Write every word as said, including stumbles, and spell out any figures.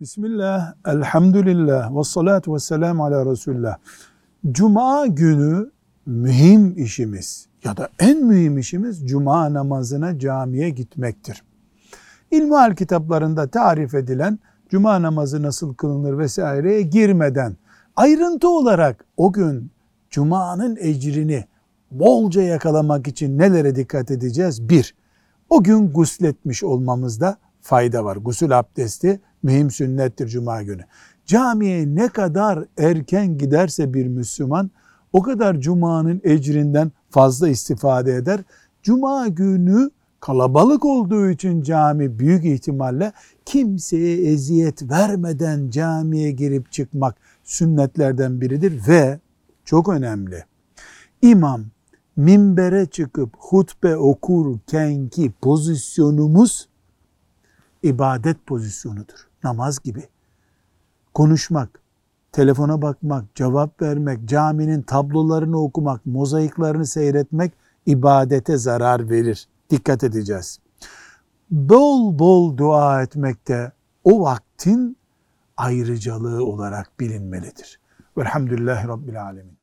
Bismillah, elhamdülillah, ve salatu ve selamu ala Resulullah. Cuma günü mühim işimiz ya da en mühim işimiz cuma namazına camiye gitmektir. İlmihal kitaplarında tarif edilen cuma namazı nasıl kılınır vesaireye girmeden ayrıntı olarak o gün cumanın ecrini bolca yakalamak için nelere dikkat edeceğiz? Bir, o gün gusletmiş olmamızda fayda var. Gusül abdesti mühim sünnettir cuma günü. Camiye ne kadar erken giderse bir Müslüman o kadar cumanın ecrinden fazla istifade eder. Cuma günü kalabalık olduğu için cami büyük ihtimalle kimseye eziyet vermeden camiye girip çıkmak sünnetlerden biridir ve çok önemli. İmam minbere çıkıp hutbe okurkenki pozisyonumuz ibadet pozisyonudur. Namaz gibi. Konuşmak, telefona bakmak, cevap vermek, caminin tablolarını okumak, mozaiklerini seyretmek ibadete zarar verir. Dikkat edeceğiz. Bol bol dua etmek de o vaktin ayrıcalığı olarak bilinmelidir. Velhamdülillahi Rabbil Alemin.